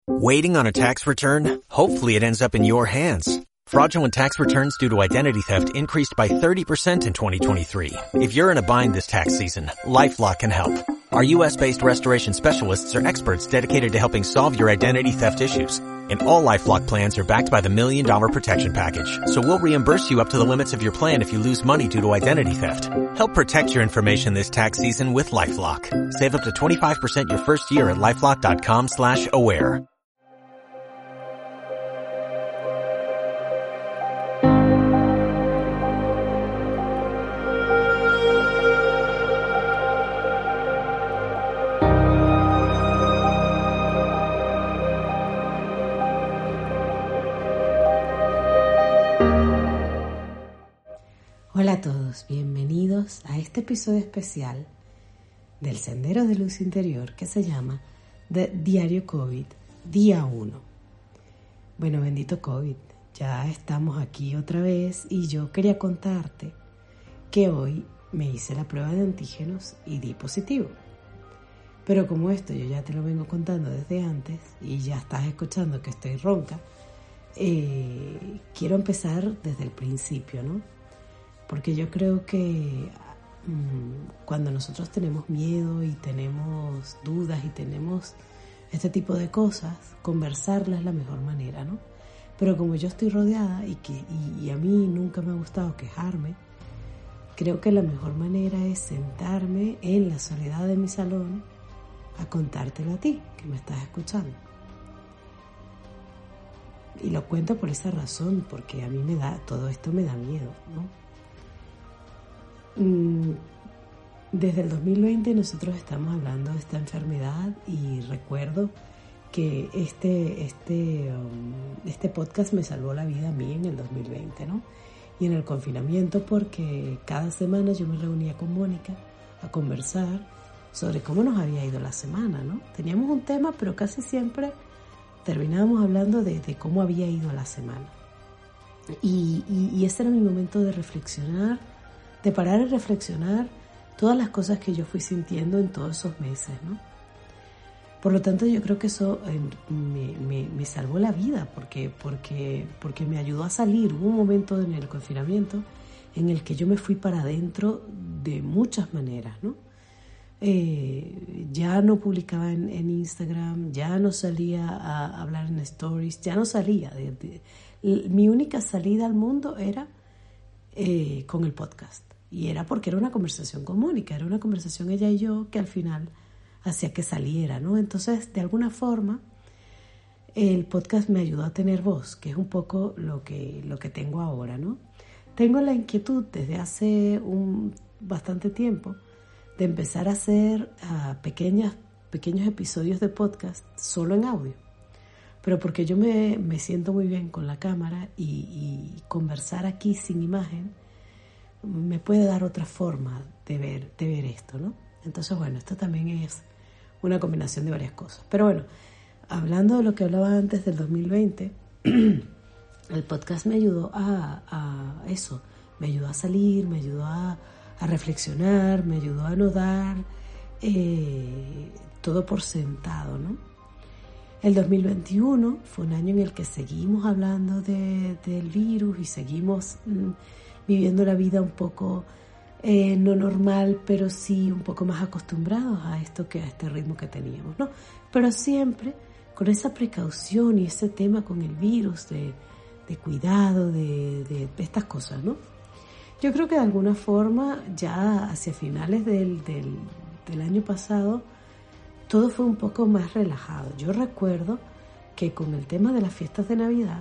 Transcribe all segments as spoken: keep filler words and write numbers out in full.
Waiting on a tax return? Hopefully it ends up in your hands. Fraudulent tax returns due to identity theft increased by thirty percent in twenty twenty-three. If you're in a bind this tax season, LifeLock can help. Our U S-based restoration specialists are experts dedicated to helping solve your identity theft issues. And all LifeLock plans are backed by the Million Dollar Protection Package. So we'll reimburse you up to the limits of your plan if you lose money due to identity theft. Help protect your information this tax season with LifeLock. Save up to twenty-five percent your first year at LifeLock.com slash aware. Hola a todos, bienvenidos a este episodio especial del Sendero de Luz Interior que se llama The Diario COVID, día uno. Bueno, bendito COVID, ya estamos aquí otra vez y yo quería contarte que hoy me hice la prueba de antígenos y di positivo. Pero como esto yo ya te lo vengo contando desde antes y ya estás escuchando que estoy ronca, eh, quiero empezar desde el principio, ¿no? Porque yo creo que mmm, cuando nosotros tenemos miedo y tenemos dudas y tenemos este tipo de cosas, conversarla es la mejor manera, ¿no? Pero como yo estoy rodeada y, que, y, y a mí nunca me ha gustado quejarme, creo que la mejor manera es sentarme en la soledad de mi salón a contártelo a ti, que me estás escuchando. Y lo cuento por esa razón, porque a mí me da, todo esto me da miedo, ¿no? Desde el dos mil veinte nosotros estamos hablando de esta enfermedad y recuerdo que este, este, um, este podcast me salvó la vida a mí en el dos mil veinte, ¿no? Y en el confinamiento, porque cada semana yo me reunía con Mónica a conversar sobre cómo nos había ido la semana, ¿no? Teníamos un tema, pero casi siempre terminábamos hablando de, de cómo había ido la semana. Y, y, y ese era mi momento de reflexionar, de parar y reflexionar todas las cosas que yo fui sintiendo en todos esos meses, ¿no? Por lo tanto, yo creo que eso eh, me, me, me salvó la vida, porque, porque, porque me ayudó a salir. Hubo un momento en el confinamiento en el que yo me fui para adentro de muchas maneras, ¿no? Eh, ya no publicaba en, en Instagram, ya no salía a hablar en stories, ya no salía. De, de, mi única salida al mundo era eh, con el podcast. Y era porque era una conversación con Mónica, era una conversación ella y yo que al final hacía que saliera, ¿no? Entonces, de alguna forma, el podcast me ayudó a tener voz, que es un poco lo que, lo que tengo ahora, ¿no? Tengo la inquietud desde hace un bastante tiempo de empezar a hacer uh, pequeñas, pequeños episodios de podcast solo en audio. Pero porque yo me, me siento muy bien con la cámara y, y conversar aquí sin imagen me puede dar otra forma de ver, de ver esto, ¿no? Entonces, bueno, esto también es una combinación de varias cosas. Pero bueno, hablando de lo que hablaba antes del dos mil veinte, el podcast me ayudó a, a eso, me ayudó a salir, me ayudó a, a reflexionar, me ayudó a no dar eh, todo por sentado, ¿no? El dos mil veintiuno fue un año en el que seguimos hablando de, del virus y seguimos mmm, viviendo la vida un poco eh, no normal, pero sí un poco más acostumbrados a esto que a este ritmo que teníamos, ¿no? Pero siempre con esa precaución y ese tema con el virus de, de cuidado, de, de, de estas cosas, ¿no? Yo creo que de alguna forma ya hacia finales del, del, del año pasado todo fue un poco más relajado. Yo recuerdo que con el tema de las fiestas de Navidad,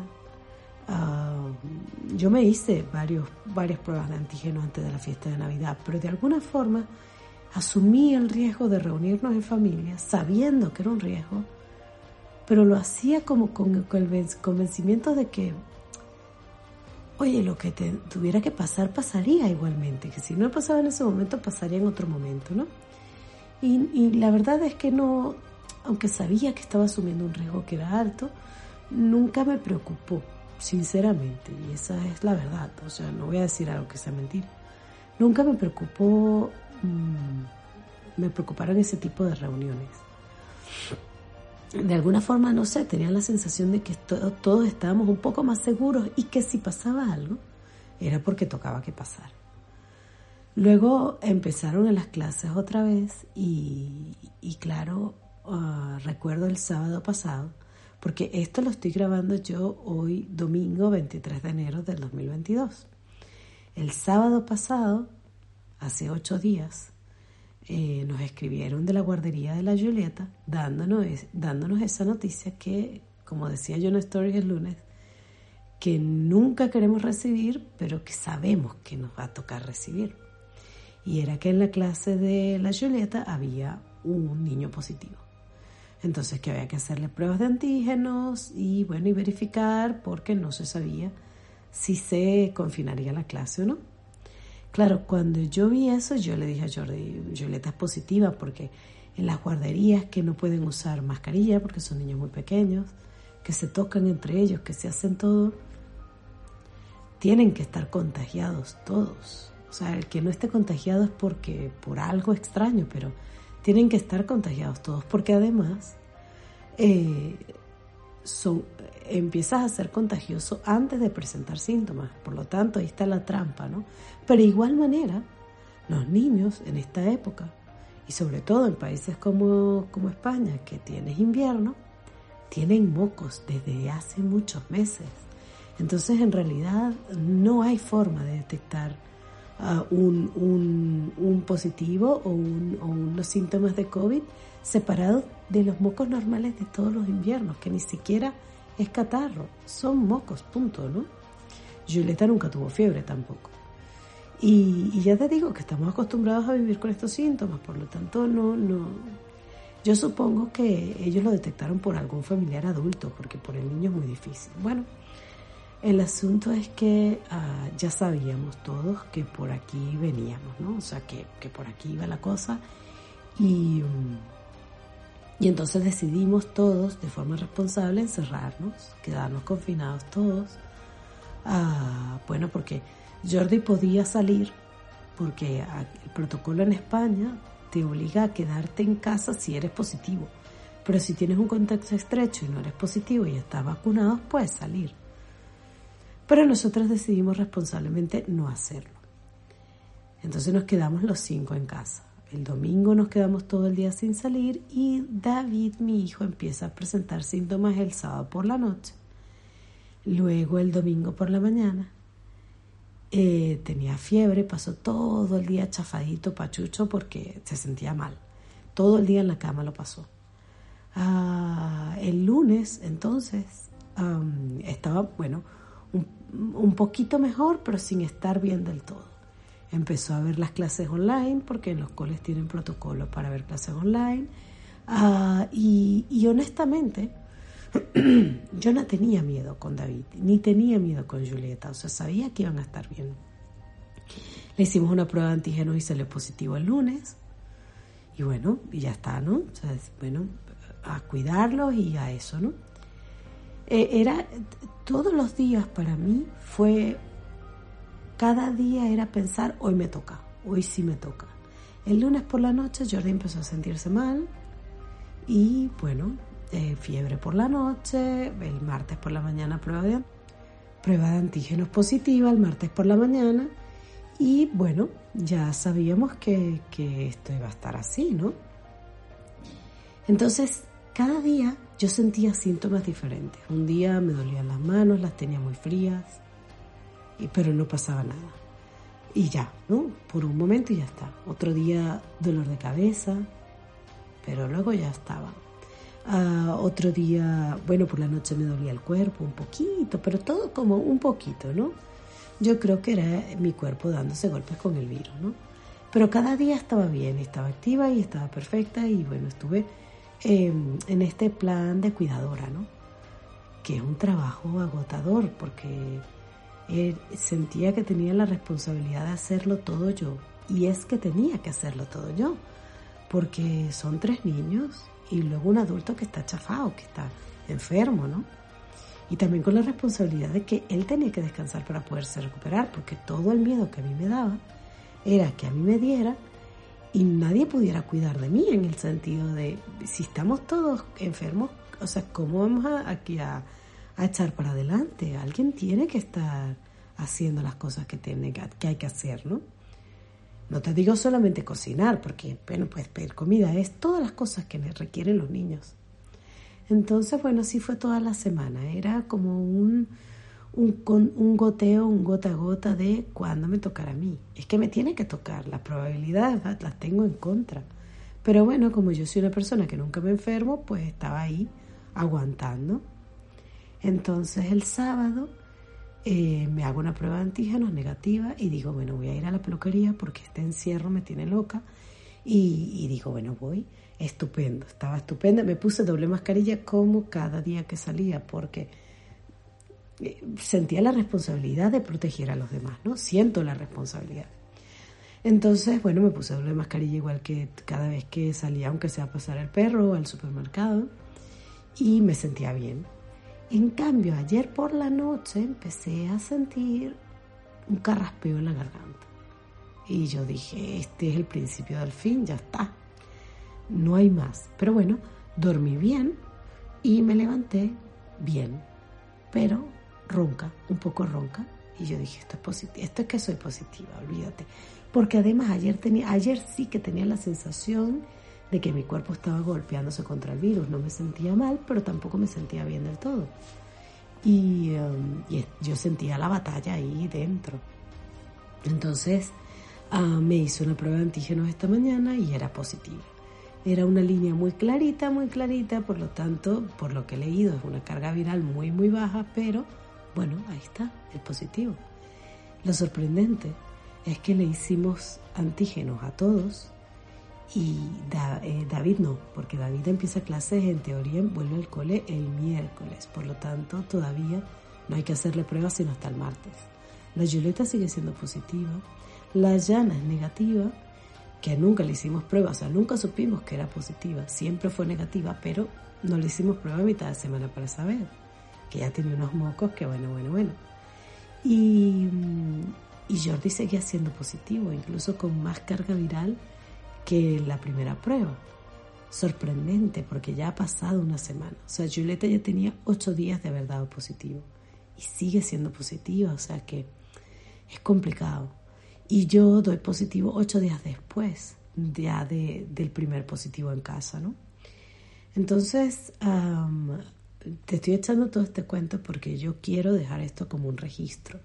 Uh, yo me hice varios, varias pruebas de antígeno antes de la fiesta de Navidad, pero de alguna forma asumí el riesgo de reunirnos en familia, sabiendo que era un riesgo, pero lo hacía como con, con el convencimiento de que, oye, lo que te tuviera que pasar, pasaría igualmente, que si no pasaba en ese momento, pasaría en otro momento, ¿no? Y, y la verdad es que no, aunque sabía que estaba asumiendo un riesgo que era alto, nunca me preocupó. Sinceramente, y esa es la verdad, o sea, no voy a decir algo que sea mentira. Nunca me preocupó, mmm, me preocuparon ese tipo de reuniones. de alguna forma, no sé, tenía la sensación de que to- todos estábamos un poco más seguros y que si pasaba algo, era porque tocaba que pasara. Luego empezaron en las clases otra vez y, y claro, uh, recuerdo el sábado pasado, porque esto lo estoy grabando yo hoy, domingo veintitrés de enero del dos mil veintidós. El sábado pasado, hace ocho días, eh, nos escribieron de la guardería de la Julieta dándonos, dándonos esa noticia que, como decía yo en Stories el lunes, que nunca queremos recibir, pero que sabemos que nos va a tocar recibir. Y era que en la clase de la Julieta había un niño positivo. Entonces que había que hacerle pruebas de antígenos y bueno, y verificar porque no se sabía si se confinaría la clase o no. Claro, cuando yo vi eso, yo le dije a Jordi, Julieta es positiva porque en las guarderías que no pueden usar mascarilla porque son niños muy pequeños, que se tocan entre ellos, que se hacen todo, tienen que estar contagiados todos. O sea, el que no esté contagiado es porque por algo extraño, pero tienen que estar contagiados todos, porque además eh, son, empiezas a ser contagioso antes de presentar síntomas. Por lo tanto, ahí está la trampa, ¿no? Pero de igual manera, los niños en esta época, y sobre todo en países como, como España, que tienes invierno, tienen mocos desde hace muchos meses. Entonces, en realidad, no hay forma de detectar Uh, un, un, un positivo o, un, o unos síntomas de COVID separados de los mocos normales de todos los inviernos, que ni siquiera es catarro, son mocos, punto, ¿no? Julieta nunca tuvo fiebre tampoco. Y, y ya te digo que estamos acostumbrados a vivir con estos síntomas, por lo tanto, no, no. Yo supongo que ellos lo detectaron por algún familiar adulto, porque por el niño es muy difícil. Bueno, el asunto es que uh, ya sabíamos todos que por aquí veníamos, ¿no? O sea, que, que por aquí iba la cosa. Y, um, y entonces decidimos todos, de forma responsable, encerrarnos, quedarnos confinados todos. Uh, bueno, porque Jordi podía salir, porque el protocolo en España te obliga a quedarte en casa si eres positivo. Pero si tienes un contacto estrecho y no eres positivo y estás vacunado, puedes salir. Pero nosotros decidimos responsablemente no hacerlo. Entonces nos quedamos los cinco en casa. El domingo nos quedamos todo el día sin salir y David, mi hijo, empieza a presentar síntomas el sábado por la noche. Luego el domingo por la mañana eh, tenía fiebre, pasó todo el día chafadito, pachucho, porque se sentía mal. Todo el día en la cama lo pasó. Ah, el lunes entonces um, estaba, bueno, Un, un poquito mejor, pero sin estar bien del todo. Empezó a ver las clases online, porque en los coles tienen protocolos para ver clases online. Uh, y, y honestamente, yo no tenía miedo con David, ni tenía miedo con Julieta. O sea, sabía que iban a estar bien. Le hicimos una prueba de antígenos y salió positivo el lunes. Y bueno, y ya está, ¿no? O sea, bueno, a cuidarlos y a eso, ¿no? Eh, era todos los días para mí fue, cada día era pensar, hoy me toca, hoy sí me toca. El lunes por la noche Jordi empezó a sentirse mal y bueno, eh, fiebre por la noche, el martes por la mañana prueba de, prueba de antígenos positiva, el martes por la mañana y bueno, ya sabíamos que, que esto iba a estar así, ¿no? Entonces, cada día yo sentía síntomas diferentes. Un día me dolían las manos, las tenía muy frías, y, pero no pasaba nada. Y ya, ¿no? Por un momento y ya está. Otro día dolor de cabeza, pero luego ya estaba. Uh, otro día, bueno, por la noche me dolía el cuerpo un poquito, pero todo como un poquito, ¿no? Yo creo que era mi cuerpo dándose golpes con el virus, ¿no? Pero cada día estaba bien, estaba activa y estaba perfecta y bueno, estuve Eh, en este plan de cuidadora, ¿no? Que es un trabajo agotador porque eh, sentía que tenía la responsabilidad de hacerlo todo yo y es que tenía que hacerlo todo yo porque son tres niños y luego un adulto que está chafado, que está enfermo, ¿no? Y también con la responsabilidad de que él tenía que descansar para poderse recuperar porque todo el miedo que a mí me daba era que a mí me diera y nadie pudiera cuidar de mí, en el sentido de, si estamos todos enfermos, o sea, ¿cómo vamos a, aquí a, a echar para adelante? Alguien tiene que estar haciendo las cosas que, tiene, que hay que hacer, ¿no? No te digo solamente cocinar, porque, bueno, pues pedir comida es todas las cosas que requieren los niños. Entonces, bueno, así fue toda la semana. Era como un, un, un goteo, un gota a gota de cuándo me tocará a mí. Es que me tiene que tocar, las probabilidades las tengo en contra. Pero bueno, como yo soy una persona que nunca me enfermo, pues estaba ahí aguantando. Entonces el sábado eh, me hago una prueba de antígenos negativa y digo, bueno, voy a ir a la peluquería porque este encierro me tiene loca. Y, y digo, bueno, voy. Estupendo, estaba estupenda. Me puse doble mascarilla como cada día que salía porque sentía la responsabilidad de proteger a los demás, ¿no? Siento la responsabilidad. Entonces, bueno, me puse doble mascarilla igual que cada vez que salía, aunque sea a pasar el perro o al supermercado, y me sentía bien. En cambio, ayer por la noche empecé a sentir un carraspeo en la garganta. Y yo dije, este es el principio del fin, ya está. No hay más. Pero bueno, dormí bien y me levanté bien, pero ronca, un poco ronca. Y yo dije, esto es positivo, esto es que soy positiva, olvídate. Porque además ayer, tenía, ayer sí que tenía la sensación de que mi cuerpo estaba golpeándose contra el virus. No me sentía mal, pero tampoco me sentía bien del todo. Y, um, y yo sentía la batalla ahí dentro. Entonces uh, me hice una prueba de antígenos esta mañana y era positiva. Era una línea muy clarita, muy clarita, por lo tanto, por lo que he leído, es una carga viral muy, muy baja, pero bueno, ahí está, es positivo. Lo sorprendente es que le hicimos antígenos a todos y da, eh, David no, porque David empieza clases, en teoría vuelve al cole el miércoles, por lo tanto todavía no hay que hacerle pruebas sino hasta el martes. La Julieta sigue siendo positiva, la Yana es negativa, que nunca le hicimos pruebas, o sea, nunca supimos que era positiva, siempre fue negativa, pero no le hicimos prueba a mitad de semana para saber, que ya tenía unos mocos que bueno, bueno, bueno. Y, y Jordi seguía siendo positivo, incluso con más carga viral que la primera prueba. Sorprendente, porque ya ha pasado una semana. O sea, Julieta ya tenía ocho días de haber dado positivo y sigue siendo positiva, o sea que es complicado. Y yo doy positivo ocho días después ya de, del primer positivo en casa, ¿no? Entonces, um, te estoy echando todo este cuento porque yo quiero dejar esto como un registro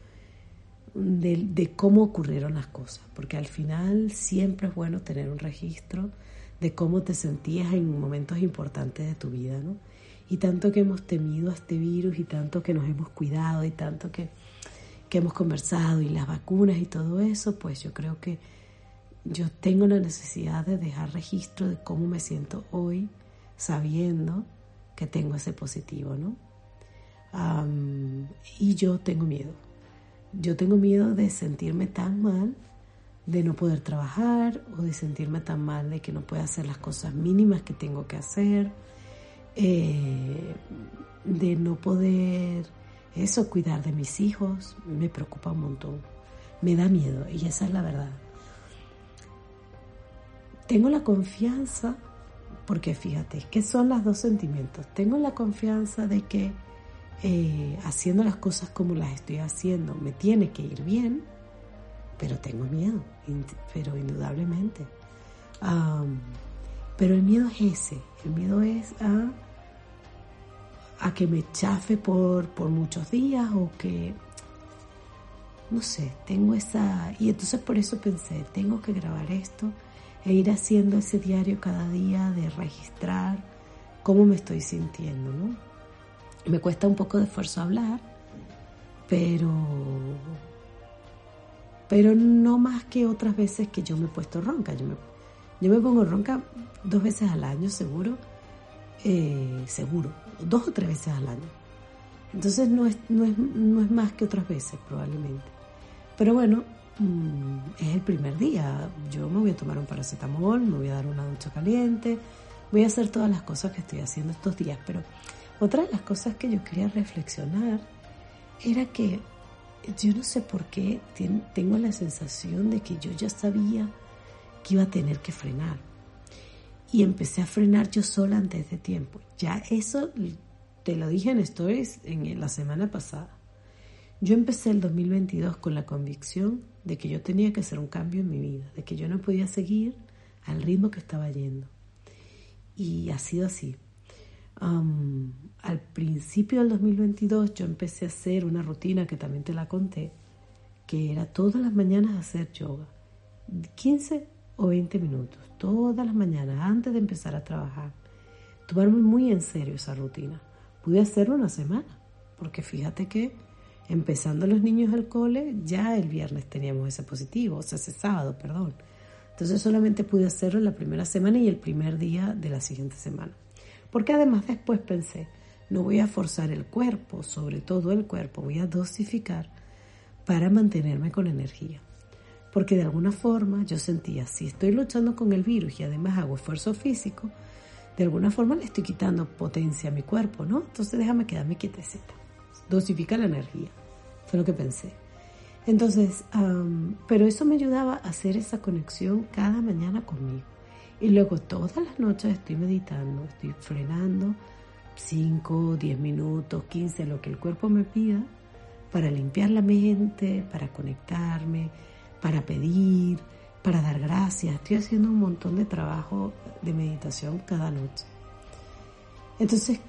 de, de cómo ocurrieron las cosas, porque al final siempre es bueno tener un registro de cómo te sentías en momentos importantes de tu vida, ¿no? Y tanto que hemos temido a este virus y tanto que nos hemos cuidado y tanto que, que hemos conversado y las vacunas y todo eso, pues yo creo que yo tengo la necesidad de dejar registro de cómo me siento hoy sabiendo que tengo ese positivo, ¿no? Um, y yo tengo miedo. Yo tengo miedo de sentirme tan mal, de no poder trabajar o de sentirme tan mal de que no pueda hacer las cosas mínimas que tengo que hacer, eh, de no poder, eso, cuidar de mis hijos. Me preocupa un montón, me da miedo y esa es la verdad. Tengo la confianza, porque fíjate, ¿qué son los dos sentimientos? Tengo la confianza de que eh, haciendo las cosas como las estoy haciendo me tiene que ir bien, pero tengo miedo, pero indudablemente. Um, pero el miedo es ese, el miedo es a, a que me chafe por, por muchos días o que, no sé, tengo esa... Y entonces por eso pensé, tengo que grabar esto e ir haciendo ese diario cada día de registrar cómo me estoy sintiendo, ¿no? Me cuesta un poco de esfuerzo hablar, pero, pero no más que otras veces que yo me he puesto ronca. Yo me, yo me pongo ronca dos veces al año, seguro, eh, seguro, dos o tres veces al año. Entonces no es, no es, no es más que otras veces, probablemente. Pero bueno, es el primer día, yo me voy a tomar un paracetamol, me voy a dar una ducha caliente, voy a hacer todas las cosas que estoy haciendo estos días, pero otra de las cosas que yo quería reflexionar era que yo no sé por qué tengo la sensación de que yo ya sabía que iba a tener que frenar. Y empecé a frenar yo sola antes de tiempo. Ya eso te lo dije en Stories en la semana pasada. Yo empecé el dos mil veintidós con la convicción de que yo tenía que hacer un cambio en mi vida, de que yo no podía seguir al ritmo que estaba yendo. Y ha sido así. Um, al principio del dos mil veintidós yo empecé a hacer una rutina que también te la conté, que era todas las mañanas hacer yoga. quince o veinte minutos, todas las mañanas, antes de empezar a trabajar. Tomarme muy en serio esa rutina. Pude hacerlo una semana, porque fíjate que empezando los niños al cole, ya el viernes teníamos ese positivo, o sea, ese sábado, perdón. Entonces solamente pude hacerlo en la primera semana y el primer día de la siguiente semana. Porque además después pensé, no voy a forzar el cuerpo, sobre todo el cuerpo, voy a dosificar para mantenerme con energía. Porque de alguna forma yo sentía, si estoy luchando con el virus y además hago esfuerzo físico, de alguna forma le estoy quitando potencia a mi cuerpo, ¿no? Entonces déjame quedarme quietecita. Dosifica la energía. Fue lo que pensé. Entonces, um, pero eso me ayudaba a hacer esa conexión cada mañana conmigo. Y luego todas las noches estoy meditando, estoy frenando cinco, diez minutos, quince, lo que el cuerpo me pida, para limpiar la mente, para conectarme, para pedir, para dar gracias. Estoy haciendo un montón de trabajo de meditación cada noche. Entonces,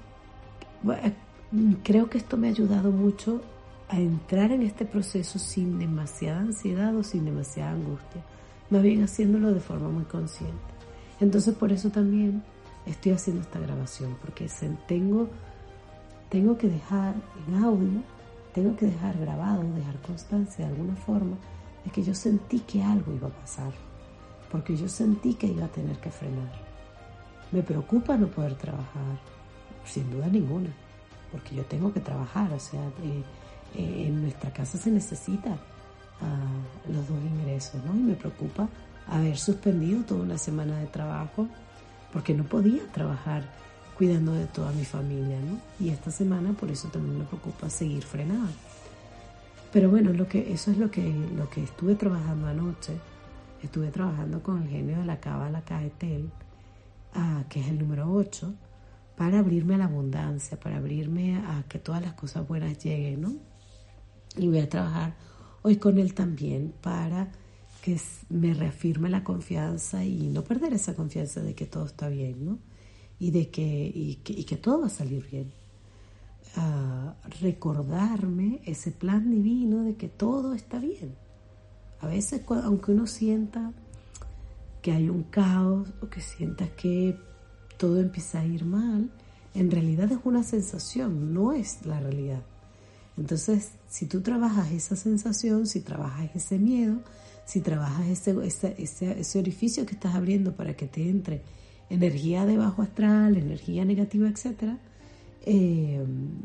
creo que esto me ha ayudado mucho a entrar en este proceso sin demasiada ansiedad o sin demasiada angustia, más bien haciéndolo de forma muy consciente. Entonces, por eso también estoy haciendo esta grabación, porque tengo, tengo que dejar en audio, tengo que dejar grabado, dejar constancia de alguna forma, de que yo sentí que algo iba a pasar, porque yo sentí que iba a tener que frenar. Me preocupa no poder trabajar, sin duda ninguna, porque yo tengo que trabajar, o sea, eh, eh, en nuestra casa se necesita uh, los dos ingresos, ¿no? Y me preocupa haber suspendido toda una semana de trabajo, porque no podía trabajar cuidando de toda mi familia, ¿no? Y esta semana por eso también me preocupa seguir frenada. Pero bueno, lo que, eso es lo que, lo que estuve trabajando anoche. Estuve trabajando con el genio de la Cábala Caetel, uh, que es el número ocho, para abrirme a la abundancia, para abrirme a que todas las cosas buenas lleguen, ¿no? Y voy a trabajar hoy con él también para que me reafirme la confianza y no perder esa confianza de que todo está bien, ¿no? Y de que, y que, y que todo va a salir bien. Uh, recordarme ese plan divino de que todo está bien. A veces, aunque uno sienta que hay un caos o que sientas que todo empieza a ir mal, en realidad es una sensación, no es la realidad. Entonces, si tú trabajas esa sensación, si trabajas ese miedo, si trabajas ese, ese, ese, ese orificio que estás abriendo para que te entre energía de bajo astral, energía negativa, etcétera, eh,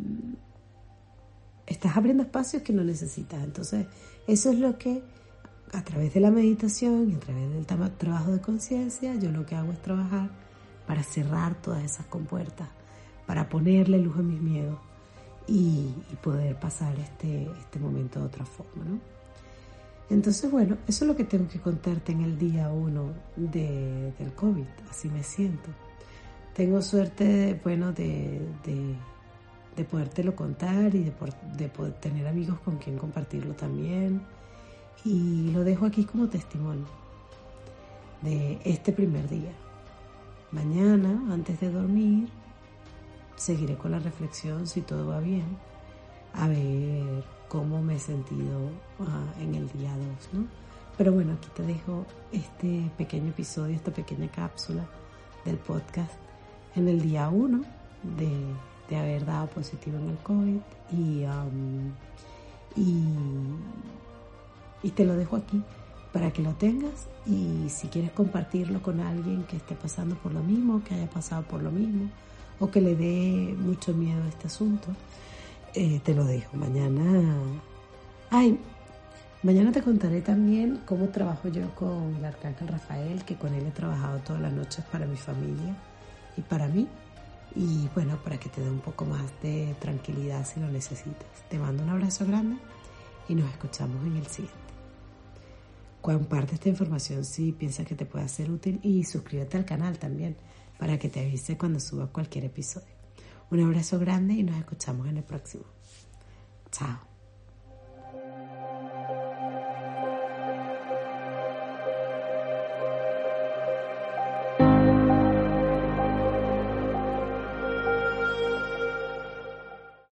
estás abriendo espacios que no necesitas. Entonces, eso es lo que a través de la meditación y a través del tra- trabajo de conciencia, yo lo que hago es trabajar para cerrar todas esas compuertas, para ponerle luz a mis miedos y, y poder pasar este, este momento de otra forma, ¿no? Entonces, bueno, eso es lo que tengo que contarte en el día uno de, del COVID, así me siento. Tengo suerte, bueno, de, de, de podértelo contar y de, por, de poder tener amigos con quien compartirlo también. Y lo dejo aquí como testimonio de este primer día. Mañana, antes de dormir, seguiré con la reflexión, si todo va bien, a ver cómo me he sentido uh, en el día dos, ¿no? Pero bueno, aquí te dejo este pequeño episodio, esta pequeña cápsula del podcast en el día uno de, de haber dado positivo en el COVID y, um, y, y te lo dejo aquí para que lo tengas, y si quieres compartirlo con alguien que esté pasando por lo mismo, que haya pasado por lo mismo o que le dé mucho miedo a este asunto, eh, te lo dejo. Mañana, ay, mañana te contaré también cómo trabajo yo con el Arcángel Rafael, que con él he trabajado todas las noches para mi familia y para mí, y bueno, para que te dé un poco más de tranquilidad si lo necesitas. Te mando un abrazo grande y nos escuchamos en el siguiente. Comparte esta información si piensas que te puede ser útil y suscríbete al canal también para que te avise cuando suba cualquier episodio. Un abrazo grande y nos escuchamos en el próximo. Chao.